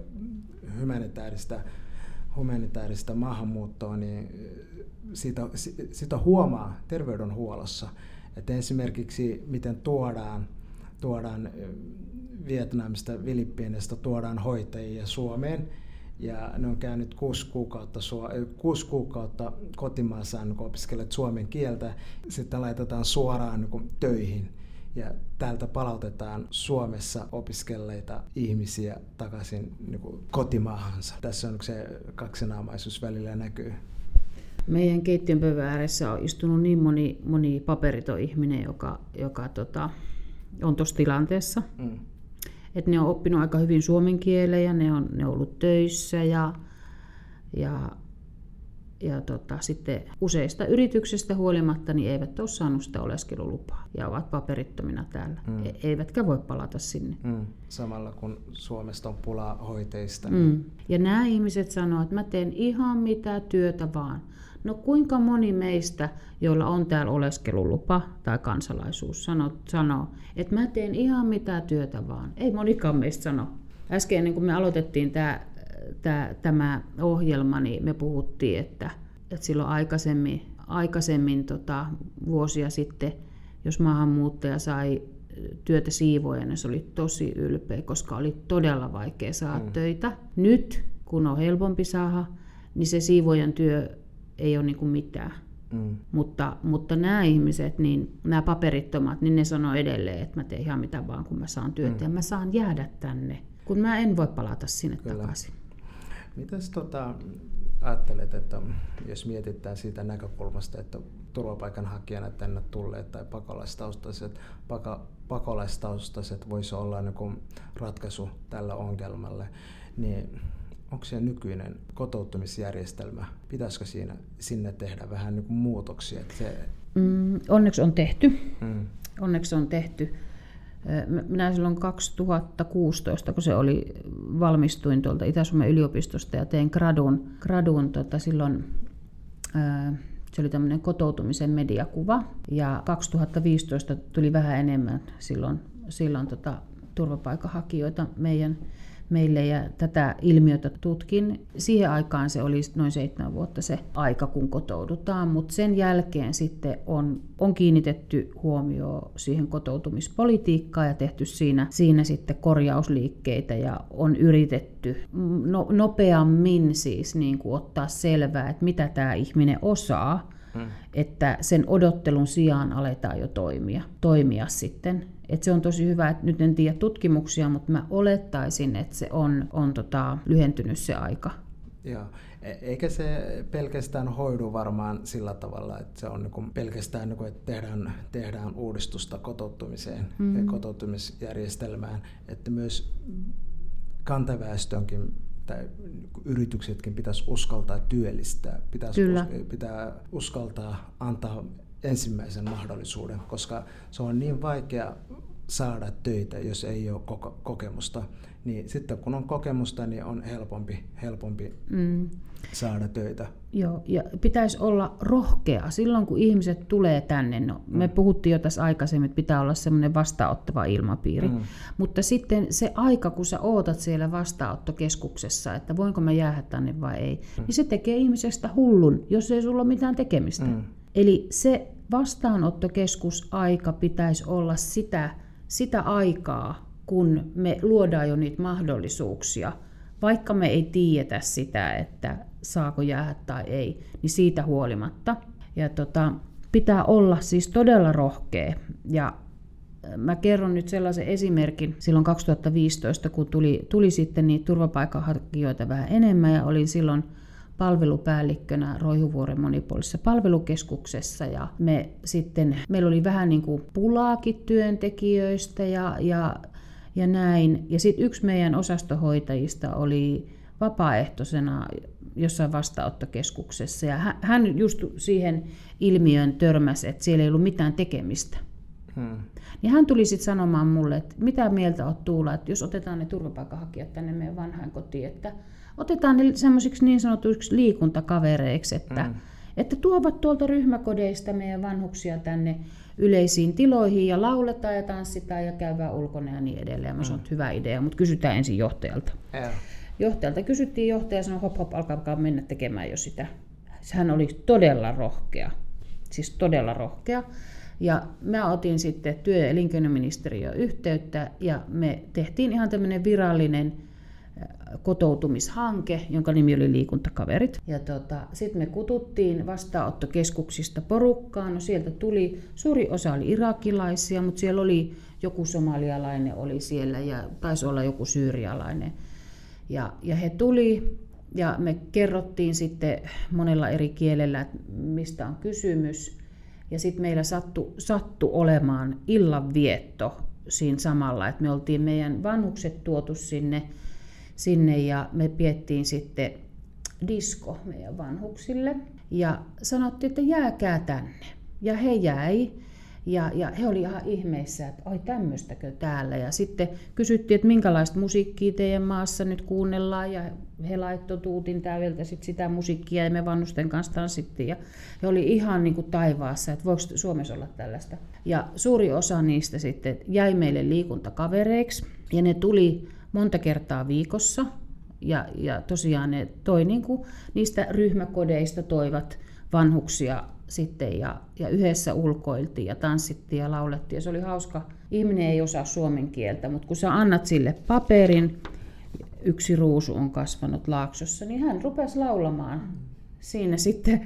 humanitaarista maahanmuuttoa, niin sitä huomaa terveydenhuollossa. Että esimerkiksi miten tuodaan Vietnamista, Filippiineistä tuodaan hoitajia Suomeen, ja ne on käynyt 6 kuukautta kotimaassaan, kun opiskelet suomen kieltä, sitten laitetaan suoraan töihin. Ja täältä palautetaan Suomessa opiskelleita ihmisiä takaisin kotimaahansa. Tässä on se kaksinaamaisuus välillä näkyy. Meidän keittiön pöydän ääressä on istunut niin moni paperiton ihminen, joka on tuossa tilanteessa. Että ne on oppinut aika hyvin suomen kielen ja ne on ollut töissä ja sitten useista yrityksistä huolimatta niin eivät ole saanut sitä oleskelulupaa ja ovat paperittomina täällä, eivätkä voi palata sinne. Samalla kun Suomesta on pulaa hoitajista. Ja nämä ihmiset sanoo, että mä teen ihan mitä työtä vaan. No kuinka moni meistä, joilla on täällä oleskelulupa tai kansalaisuus, sanoo, että mä teen ihan mitä työtä vaan. Ei monikaan meistä sano. Äsken ennen kuin me aloitettiin tämä ohjelma, niin me puhuttiin, että silloin aikaisemmin vuosia sitten, jos maahanmuuttaja sai työtä siivoojana, se oli tosi ylpeä, koska oli todella vaikea saada töitä. Nyt, kun on helpompi saada, niin se siivoojan työ ei ole niin kuin mitään. Mutta nämä ihmiset, niin nämä paperittomat, niin ne sanoo edelleen, että mä teen ihan mitä vaan, kun mä saan työtä ja mä saan jäädä tänne, kun mä en voi palata sinne takaisin. Mitäs ajattelet, että jos mietitään siitä näkökulmasta, että turvapaikanhakijana tänne tulleet tai pakolaistaustaiset voisi olla niin ratkaisu tällä ongelmalle, niin onko se nykyinen kotoutumisjärjestelmä, pitäisikö sinne tehdä vähän niin kuin muutoksia? Onneksi on tehty. Onneksi on tehty. Minä silloin 2016, kun se oli, valmistuin tuolta Itä-Suomen yliopistosta ja tein gradun silloin, se oli tämmöinen kotoutumisen mediakuva. Ja 2015 tuli vähän enemmän silloin turvapaikanhakijoita meille ja tätä ilmiötä tutkin. Siihen aikaan se oli noin 7 vuotta se aika, kun kotoudutaan, mutta sen jälkeen sitten on kiinnitetty huomioon siihen kotoutumispolitiikkaan ja tehty siinä sitten korjausliikkeitä ja on yritetty nopeammin siis niin kuin ottaa selvää, että mitä tämä ihminen osaa, että sen odottelun sijaan aletaan jo toimia sitten. Että se on tosi hyvä, että nyt en tiedä tutkimuksia, mutta mä olettaisin, että se on lyhentynyt se aika. Joo. Eikä se pelkästään hoidu varmaan sillä tavalla, että se on niin pelkästään, niin kuin, että tehdään uudistusta kotoutumiseen ja kotoutumisjärjestelmään, että myös kantaväestönkin tai yrityksetkin pitäisi uskaltaa työllistää, pitää uskaltaa antaa ensimmäisen mahdollisuuden, koska se on niin vaikea saada töitä, jos ei ole kokemusta. Niin sitten kun on kokemusta, niin on helpompi saada töitä. Joo, ja pitäisi olla rohkea. Silloin kun ihmiset tulee tänne, me puhuttiin jo tässä aikaisemmin, että pitää olla semmoinen vastaanottava ilmapiiri. Mutta sitten se aika, kun sä ootat siellä vastaanottokeskuksessa, että voinko mä jäädä tänne vai ei, niin se tekee ihmisestä hullun, jos ei sulla ole mitään tekemistä. Eli se vastaanottokeskusaika pitäisi olla sitä aikaa, kun me luodaan jo niitä mahdollisuuksia, vaikka me ei tiedetä sitä, että saako jäädä tai ei, niin siitä huolimatta. Ja pitää olla siis todella rohkea. Ja mä kerron nyt sellaisen esimerkin silloin 2015, kun tuli sitten niitä turvapaikanhakijoita vähän enemmän ja olin silloin palvelupäällikkönä Roihuvuoren monipuolisessa palvelukeskuksessa ja meillä oli vähän niin kuin pulaakin työntekijöistä ja näin. Ja sitten yksi meidän osastohoitajista oli vapaaehtoisena jossain vastaanottokeskuksessa ja hän just siihen ilmiöön törmäsi, että siellä ei ollut mitään tekemistä. Ja hän tuli sitten sanomaan mulle, että mitä mieltä olet Tuula, että jos otetaan ne turvapaikanhakijat tänne meidän vanhainkotiin, että otetaan ne semmoisiksi niin sanotuiksi liikuntakavereiksi, että tuovat tuolta ryhmäkodeista meidän vanhuksia tänne yleisiin tiloihin ja lauletaan ja tanssitaan ja käydään ulkona ja niin edelleen. Mä sanoin, että hyvä idea, mutta kysytään ensin johtajalta. Johtaja sanoi, hop, alkaa mennä tekemään jo sitä. Hän oli todella rohkea, siis todella rohkea. Ja mä otin sitten työ- ja elinkeinoministeriöön yhteyttä ja me tehtiin ihan tämmöinen virallinen kotoutumishanke, jonka nimi oli Liikuntakaverit. Ja sitten me kututtiin vastaanottokeskuksista porukkaan. No sieltä tuli, suuri osa oli irakilaisia, mutta siellä oli joku somalialainen oli siellä ja taisi olla joku syyrialainen. Ja he tuli ja me kerrottiin sitten monella eri kielellä, että mistä on kysymys. Ja sitten meillä sattui olemaan illanvietto siinä samalla, että me oltiin meidän vanhukset tuotu sinne ja me piettiin sitten disko meidän vanhuksille ja sanottiin, että jääkää tänne. Ja he jäi. Ja he oli ihan ihmeissä, että ai tämmöistäkö täällä. Ja sitten kysyttiin, että minkälaista musiikkia teidän maassa nyt kuunnellaan. Ja he laittoi tuutin täydeltä sitä musiikkia ja me vanhusten kanssa tanssittiin. Ja he oli ihan niin kuin taivaassa, että voiko Suomessa olla tällaista. Ja suuri osa niistä sitten jäi meille liikuntakavereiksi. Ja ne tuli monta kertaa viikossa. Ja tosiaan ne toi niin kuin niistä ryhmäkodeista toivat vanhuksia sitten ja yhdessä ulkoiltiin ja tanssittiin ja laulettiin ja se oli hauska. Ihminen ei osaa suomen kieltä, mutta kun sä annat sille paperin, yksi ruusu on kasvanut Laaksossa, niin hän rupesi laulamaan siinä sitten.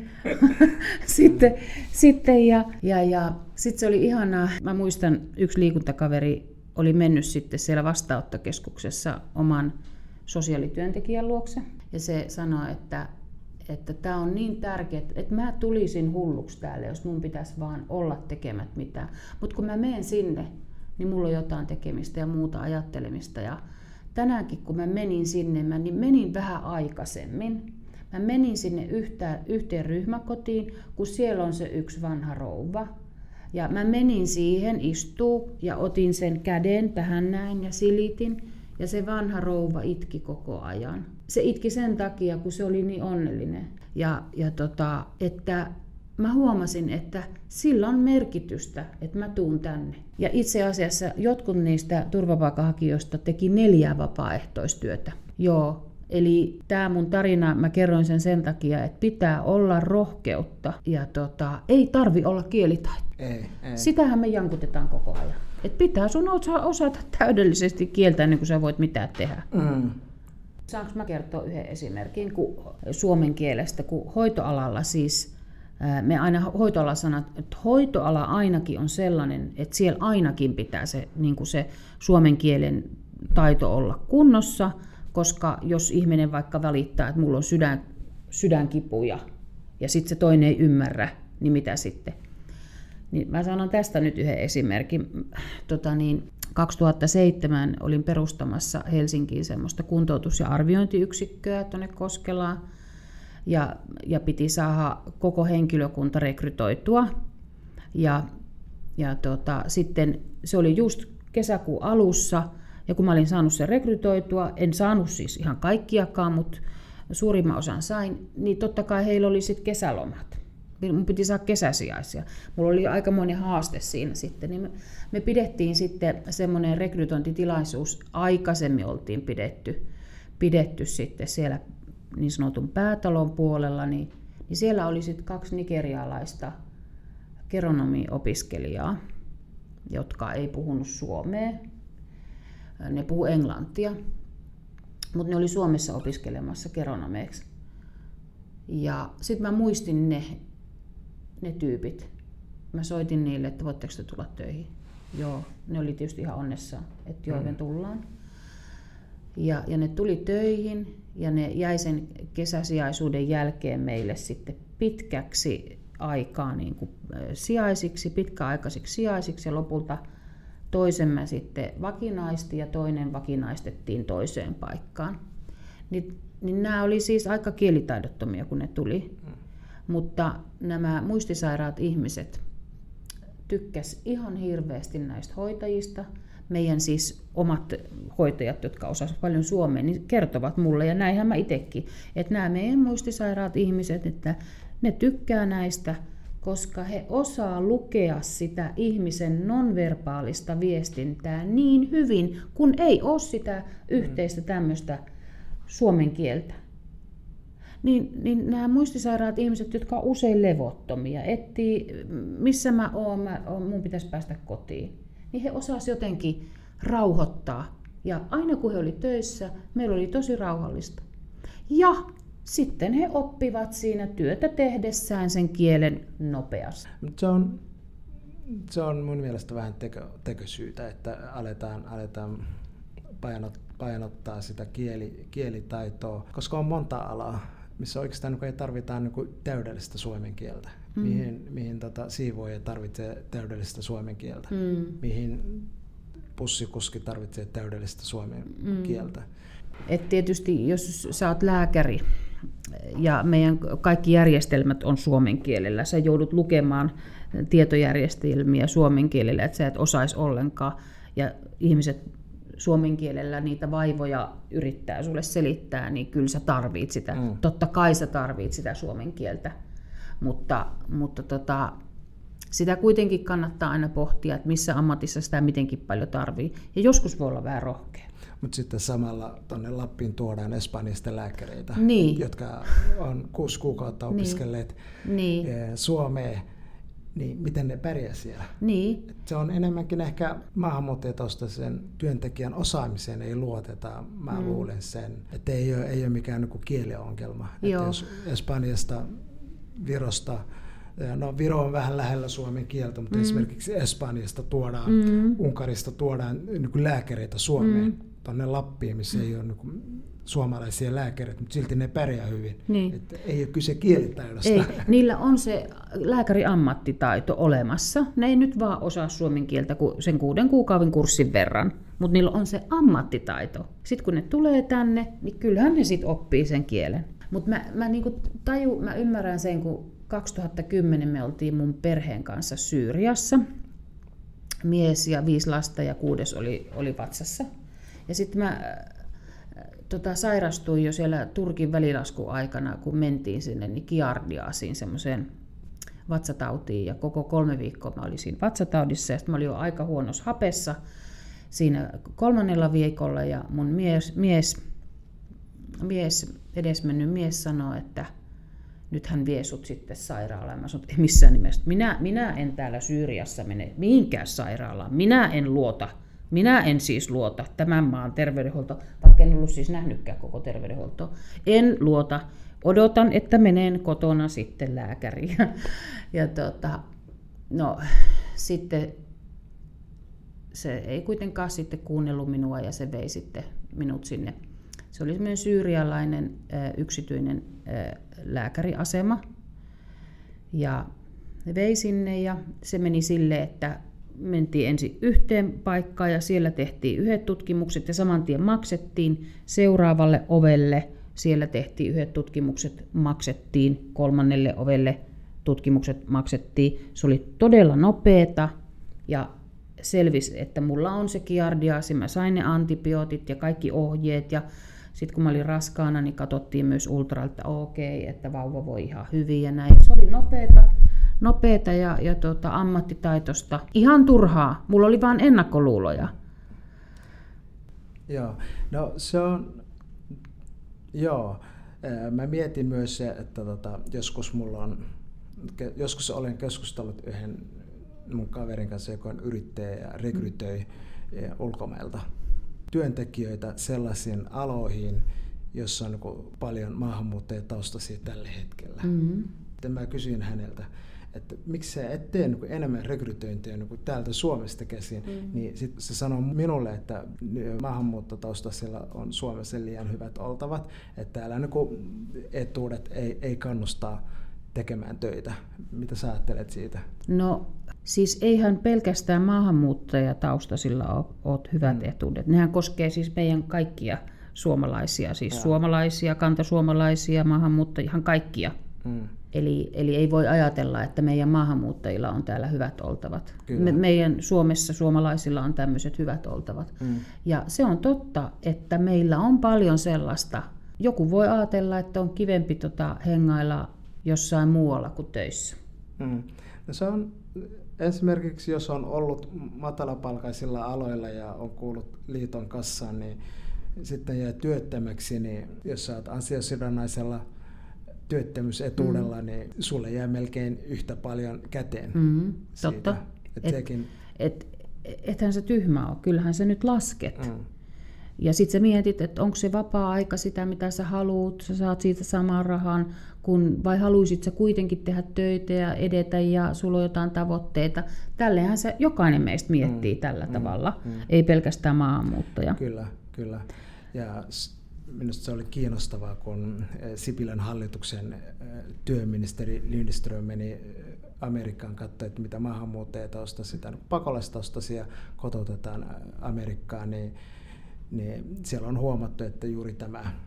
sitten se oli ihanaa. Mä muistan, yksi liikuntakaveri oli mennyt sitten siellä vastaanottokeskuksessa oman sosiaalityöntekijän luokse ja se sanoi, että tämä on niin tärkeää, että mä tulisin hulluksi täällä, jos mun pitäisi vaan olla tekemät mitään. Mutta kun mä menen sinne, niin mulla on jotain tekemistä ja muuta ajattelemista. Ja tänäänkin kun mä menin sinne, mä menin vähän aikaisemmin. Mä menin sinne yhteen ryhmäkotiin, kun siellä on se yksi vanha rouva. Ja mä menin siihen istuu ja otin sen käden tähän näin ja silitin. Ja se vanha rouva itki koko ajan. Se itki sen takia, kun se oli niin onnellinen. Että mä huomasin, että sillä on merkitystä, että mä tuun tänne. Ja itse asiassa jotkut niistä turvapaikanhakijoista teki 4 vapaaehtoistyötä. Joo, eli tämä mun tarina, mä kerroin sen takia, että pitää olla rohkeutta ja ei tarvi olla kielitaito. Ei. Sitähän me jankutetaan koko ajan. Et pitää sun osata täydellisesti kieltä ennen kuin sä voit mitään tehdä. Saanko mä kertoa yhden esimerkin suomen kielestä, kun hoitoalalla siis, me aina hoitoala sanat, että hoitoala ainakin on sellainen, että siellä ainakin pitää se, niin kuin se suomen kielen taito olla kunnossa, koska jos ihminen vaikka valittaa, että mulla on sydänkipuja ja sitten se toinen ei ymmärrä, niin mitä sitten? Niin mä sanon tästä nyt yhden esimerkin. 2007 olin perustamassa Helsinkiin semmoista kuntoutus- ja arviointiyksikköä tuonne Koskelaan. Ja piti saada koko henkilökunta rekrytoitua. Sitten se oli just kesäkuun alussa. Ja kun mä olin saanut sen rekrytoitua, en saanut siis ihan kaikkiakaan, mutta suurimman osan sain, niin totta kai heillä oli sitten kesälomat. Mun piti saada kesäsijaisia. Mulla oli aikamoinen haaste siinä sitten. Niin me pidettiin sitten semmoinen rekrytointitilaisuus. Aikaisemmin oltiin pidetty sitten siellä niin sanotun päätalon puolella. Niin siellä oli sitten 2 nigerialaista geronomiopiskelijaa, jotka ei puhunut suomea. Ne puhu englantia. Mutta ne oli Suomessa opiskelemassa geronomeiksi. Ja sitten mä muistin ne tyypit. Mä soitin niille, että voitteko te tulla töihin. Joo, ne oli tietysti ihan onnessaan, että joo, me tullaan. Ja ne tuli töihin ja ne jäi sen kesäsijaisuuden jälkeen meille sitten pitkäksi aikaa niin kuin sijaisiksi, pitkäaikaisiksi sijaisiksi ja lopulta toisen mä sitten vakinaistin ja toinen vakinaistettiin toiseen paikkaan. Niin nämä oli siis aika kielitaidottomia, kun ne tuli. Mutta nämä muistisairaat ihmiset tykkäs ihan hirveästi näistä hoitajista. Meidän siis omat hoitajat, jotka osasivat paljon suomea, niin kertovat mulle, ja näinhän mä itsekin, että nämä meidän muistisairaat ihmiset, että ne tykkää näistä, koska he osaa lukea sitä ihmisen nonverbaalista viestintää niin hyvin, kun ei ole sitä yhteistä tämmöistä suomen kieltä. Niin nämä muistisairaat ihmiset, jotka on usein levottomia, etsii, missä mä oon, mun pitäisi päästä kotiin, niin he osasivat jotenkin rauhoittaa. Ja aina kun he oli töissä, meillä oli tosi rauhallista. Ja sitten he oppivat siinä työtä tehdessään sen kielen nopeasti. Se on mun mielestä vähän tekosyytä, että aletaan painottaa sitä kielitaitoa, koska on monta alaa, missä oikeastaan ei tarvita täydellistä suomen kieltä, mihin siivooja tarvitsee täydellistä suomen kieltä, mihin bussikuski tarvitsee täydellistä suomen kieltä. Et tietysti jos sä oot lääkäri ja meidän kaikki järjestelmät on suomen kielellä. Sä joudut lukemaan tietojärjestelmiä suomen kielellä, että sä et osaisi ollenkaan. Ja ihmiset suomen kielellä niitä vaivoja yrittää sulle selittää, niin kyllä sä tarvit sitä. Totta kai sä tarvit sitä suomen kieltä, mutta sitä kuitenkin kannattaa aina pohtia, että missä ammatissa sitä mitenkin paljon tarvii. Ja joskus voi olla vähän rohkea. Mutta sitten samalla tuonne Lappiin tuodaan Espanjasta lääkäreitä, jotka on 6 kuukautta opiskelleet Suomeen. Niin miten ne pärjää siellä? Niin. Se on enemmänkin ehkä maahanmuuttajataustaisen työntekijän osaamiseen ei luoteta. Mä luulen sen, että ei ole mikään niin kuin kieliongelma. Että jos Espanjasta, Virosta, no Viro on vähän lähellä suomen kieltä, mutta esimerkiksi Espanjasta tuodaan, Unkarista tuodaan niin kuin lääkäreitä Suomeen, tuonne Lappiin, missä ei ole niin kuin suomalaisia lääkäreitä, mutta silti ne pärjää hyvin. Niin. Että ei ole kyse kielitaidosta. Ei, niillä on se lääkäriammattitaito olemassa. Ne ei nyt vaan osaa suomen kieltä sen 6 kuukauden kurssin verran, mutta niillä on se ammattitaito. Sitten kun ne tulee tänne, niin kyllähän ne sitten oppii sen kielen. Mutta mä ymmärrän sen, kun 2010 me oltiin mun perheen kanssa Syyriassa. Mies ja 5 lasta ja 6 oli vatsassa. Ja sitten mä sairastuin jo siellä Turkin välilaskuaikana, kun mentiin sinne, niin giardiaasiin semmoiseen vatsatautiin. Ja koko 3 viikkoa mä olin siinä vatsataudissa ja sitten mä olin jo aika huonossa hapessa siinä 3. viikolla. Ja mun edesmennyt mies sanoi, että nyt hän vie sut sitten sairaalaan. Mä sanoin, että missään nimessä. Minä en täällä Syyriassa mene mihinkään sairaalaan. Minä en siis luota tämän maan terveydenhuolto, vaikka en ollut siis nähnytkään koko terveydenhuoltoa. En luota. Odotan, että menen kotona sitten lääkäriin. Ja sitten se ei kuitenkaan sitten kuunnellut minua ja se vei sitten minut sinne. Se oli semmoinen syyrialainen yksityinen lääkäriasema. Ja vei sinne ja se meni silleen, että mentiin ensin yhteen paikkaan ja siellä tehtiin yhdet tutkimukset ja saman tien maksettiin seuraavalle ovelle. Siellä tehtiin yhdet tutkimukset, maksettiin 3. ovelle, tutkimukset maksettiin. Se oli todella nopeeta ja selvisi, että mulla on se giardiaasi, mä sain ne antibiootit ja kaikki ohjeet ja sitten kun mä olin raskaana, niin katsottiin myös ultralta, että okei, että vauva voi ihan hyvin ja näin. Se oli nopeeta ja ammattitaitosta. Ihan turhaa. Mulla oli vaan ennakkoluuloja. Joo, no se on, joo. Mä mietin myös se, että joskus olen keskustellut yhden mun kaverin kanssa, joka on yrittäjä ja rekrytöi ulkomailta työntekijöitä sellaisiin aloihin, jossa on paljon maahanmuuttajataustaisia tällä hetkellä. Mä kysyin häneltä, että miksi sä et tee enemmän rekrytointia täältä Suomesta käsin, niin sit se sanoi minulle, että maahanmuuttotaustaisilla on Suomessa liian hyvät oltavat, että täällä etuudet ei kannustaa tekemään töitä. Mitä sä ajattelet siitä? No siis eihän pelkästään maahanmuuttajataustaisilla ole hyvät etuudet. Nehän koskee siis meidän kaikkia suomalaisia, siis suomalaisia, kantasuomalaisia, maahanmuuttajia, ihan kaikkia. Eli ei voi ajatella, että meidän maahanmuuttajilla on täällä hyvät oltavat. Meidän Suomessa suomalaisilla on tämmöiset hyvät oltavat. Ja se on totta, että meillä on paljon sellaista. Joku voi ajatella, että on kivempi hengailla jossain muualla kuin töissä. No se on esimerkiksi, jos on ollut matalapalkaisilla aloilla ja on kuullut liiton kassaan, niin sitten jää työttömäksi, niin jos sä oot ansiosidonnaisella työttömyysetuudella, niin sulle jää melkein yhtä paljon käteen. Totta. Ethän se tyhmä ole, kyllähän sä nyt lasket. Ja sitten sä mietit, että onko se vapaa-aika sitä, mitä sä haluut, sä saat siitä saman rahan, vai haluisit sä kuitenkin tehdä töitä ja edetä ja sulla on jotain tavoitteita. Tälleenhän se jokainen meistä miettii tällä tavalla, ei pelkästään maahanmuuttaja. Kyllä. Ja minusta se oli kiinnostavaa, kun Sipilän hallituksen työministeri Lindström meni Amerikkaan katsoa, että mitä maahanmuuttajataustaisia tai pakolaistaustaisia kotoutetaan Amerikkaan, niin siellä on huomattu, että juuri tämä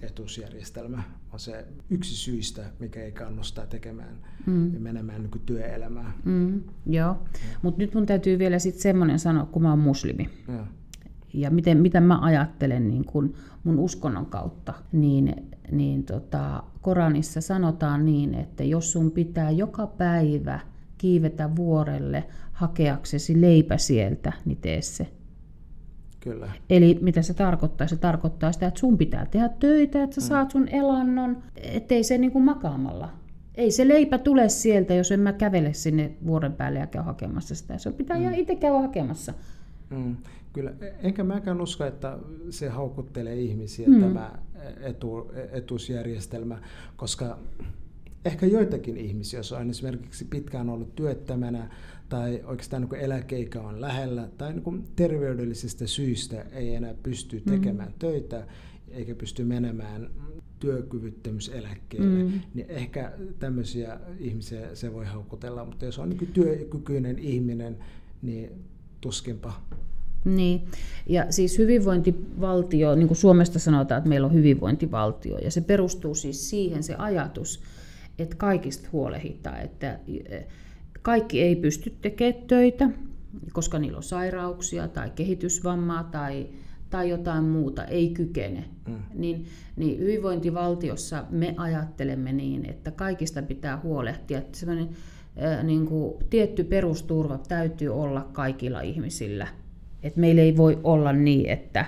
etuusjärjestelmä on se yksi syistä, mikä ei kannustaa tekemään ja menemään niin kuin työelämään. Joo, mutta nyt mun täytyy vielä sitten semmoinen sanoa, kun mä oon muslimi. Ja. Ja mitä mä ajattelen niin kun mun uskonnon kautta, niin Koranissa sanotaan niin, että jos sun pitää joka päivä kiivetä vuorelle hakeaksesi leipä sieltä, niin tee se. Kyllä. Eli mitä se tarkoittaa? Se tarkoittaa sitä, että sun pitää tehdä töitä, että sä saat sun elannon, ettei se niin kuin makaamalla. Ei se leipä tule sieltä, jos en mä kävele sinne vuoren päälle ja käy hakemassa sitä. Se pitää ihan itse käydä hakemassa. Kyllä, enkä mäkään usko, että se haukuttelee ihmisiä tämä etuusjärjestelmä, koska ehkä joitakin ihmisiä, jos on esimerkiksi pitkään ollut työttömänä tai oikeastaan niin kuin eläkeikä on lähellä tai niin kuin terveydellisistä syistä ei enää pysty tekemään töitä eikä pysty menemään työkyvyttömyyseläkkeelle, niin ehkä tämmöisiä ihmisiä se voi haukutella, mutta jos on niin kuin työkykyinen ihminen, niin tuskinpa. Niin, ja siis hyvinvointivaltio, niin kuin Suomesta sanotaan, että meillä on hyvinvointivaltio, ja se perustuu siis siihen se ajatus, että kaikista huolehditaan, että kaikki ei pysty tekemään töitä, koska niillä on sairauksia tai kehitysvammaa tai jotain muuta, ei kykene. Niin hyvinvointivaltiossa me ajattelemme niin, että kaikista pitää huolehtia, että sellainen niin kuin tietty perusturva täytyy olla kaikilla ihmisillä. Et meillä ei voi olla niin, että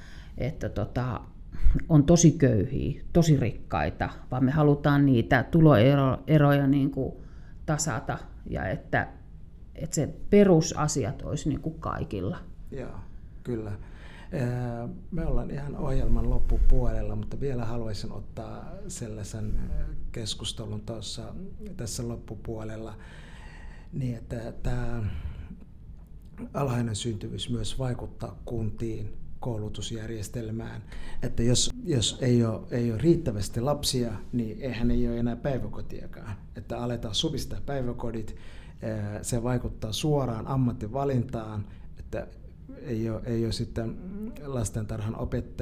on tosi köyhiä, tosi rikkaita, vaan me halutaan niitä tuloeroja niin kuin tasata ja että se perusasiat olisi niin kuin kaikilla. Joo, kyllä. Me ollaan ihan ohjelman loppupuolella, mutta vielä haluaisin ottaa sellaisen keskustelun tässä loppupuolella, niin että tämä alhainen syntyvyys myös vaikuttaa kuntiin, koulutusjärjestelmään, että jos ei ole riittävästi lapsia, niin eihän ei ole enää päiväkotiakaan, että aletaan supistaa päiväkodit, se vaikuttaa suoraan ammattivalintaan, että ei ole sitten lastentarhan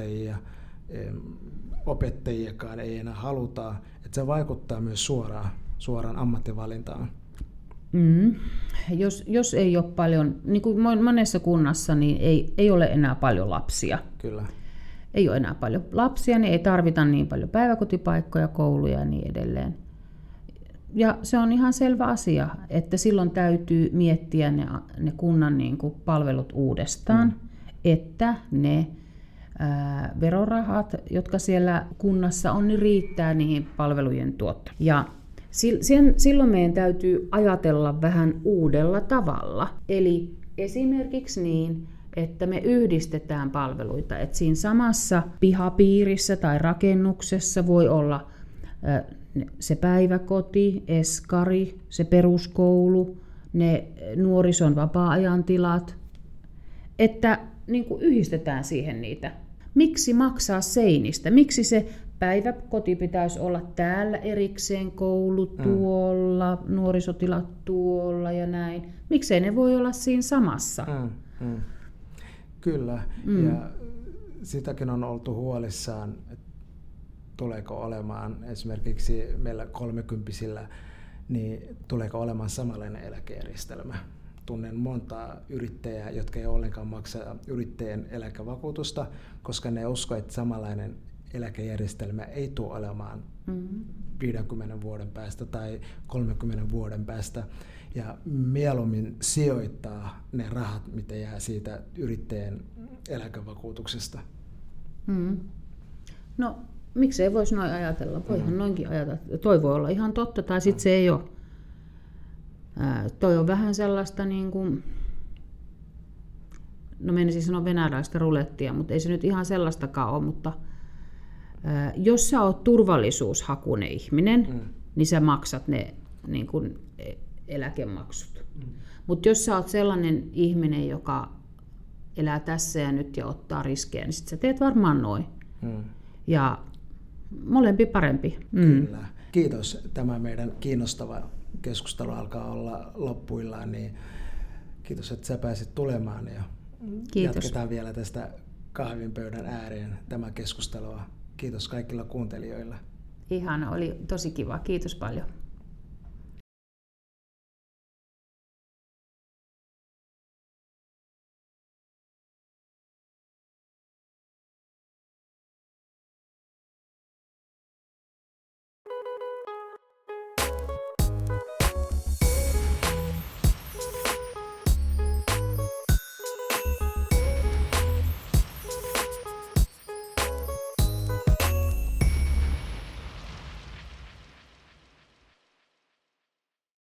opettajiakaan ei enää haluta, että se vaikuttaa myös suoraan ammattivalintaan. Jos ei ole paljon, niin kuin monessa kunnassa, niin ei ole enää paljon lapsia. Kyllä. Ei ole enää paljon lapsia, niin ei tarvita niin paljon päiväkotipaikkoja, kouluja ja niin edelleen. Ja se on ihan selvä asia, että silloin täytyy miettiä ne kunnan niin kuin palvelut uudestaan, että ne verorahat, jotka siellä kunnassa on, niin riittää niihin palvelujen tuottamiseen. Ja silloin meidän täytyy ajatella vähän uudella tavalla. Eli esimerkiksi niin, että me yhdistetään palveluita, että siinä samassa pihapiirissä tai rakennuksessa voi olla se päiväkoti, eskari, se peruskoulu, ne nuorison vapaa-ajan tilat, että niin kuin yhdistetään siihen niitä. Miksi maksaa seinistä? Miksi se päiväkoti pitäisi olla täällä erikseen, koulu tuolla, nuorisotilat tuolla ja näin? Miksei ne voi olla siinä samassa? Kyllä, ja sitäkin on oltu huolissaan, että tuleeko olemaan esimerkiksi meillä 30-vuotiailla, niin tuleeko olemaan samanlainen eläkejärjestelmä. Tunnen monta yrittäjää, jotka ei ollenkaan maksa yrittäjän eläkevakuutusta, koska ne uskoo, että samanlainen eläkejärjestelmä ei tule olemaan 50 vuoden päästä tai 30 vuoden päästä. Ja mieluummin sijoittaa ne rahat, mitä jää siitä yrittäjän eläkevakuutuksesta. No, miksei voisi noin ajatella? Voihan noinkin ajatella. Toi voi olla ihan totta, tai sitten se ei ole. Toi on vähän sellaista, niin kuin, no menisin sanoa venäläistä rulettia, mutta ei se nyt ihan sellaistakaan ole, mutta jos sä oot turvallisuushakuinen ihminen, niin sä maksat ne niin kuin eläkemaksut. Mutta jos sä oot sellainen ihminen, joka elää tässä ja nyt ja ottaa riskejä, niin sit sä teet varmaan noin. Ja molempi parempi. Kyllä. Kiitos. Tämä meidän kiinnostava keskustelu alkaa olla loppuillaan, niin kiitos, että sä pääsit tulemaan ja kiitos. Jatketaan vielä tästä kahvinpöydän ääreen tämä keskustelua. kiitos kaikilla kuuntelijoille. Ihana, oli tosi kiva. Kiitos paljon.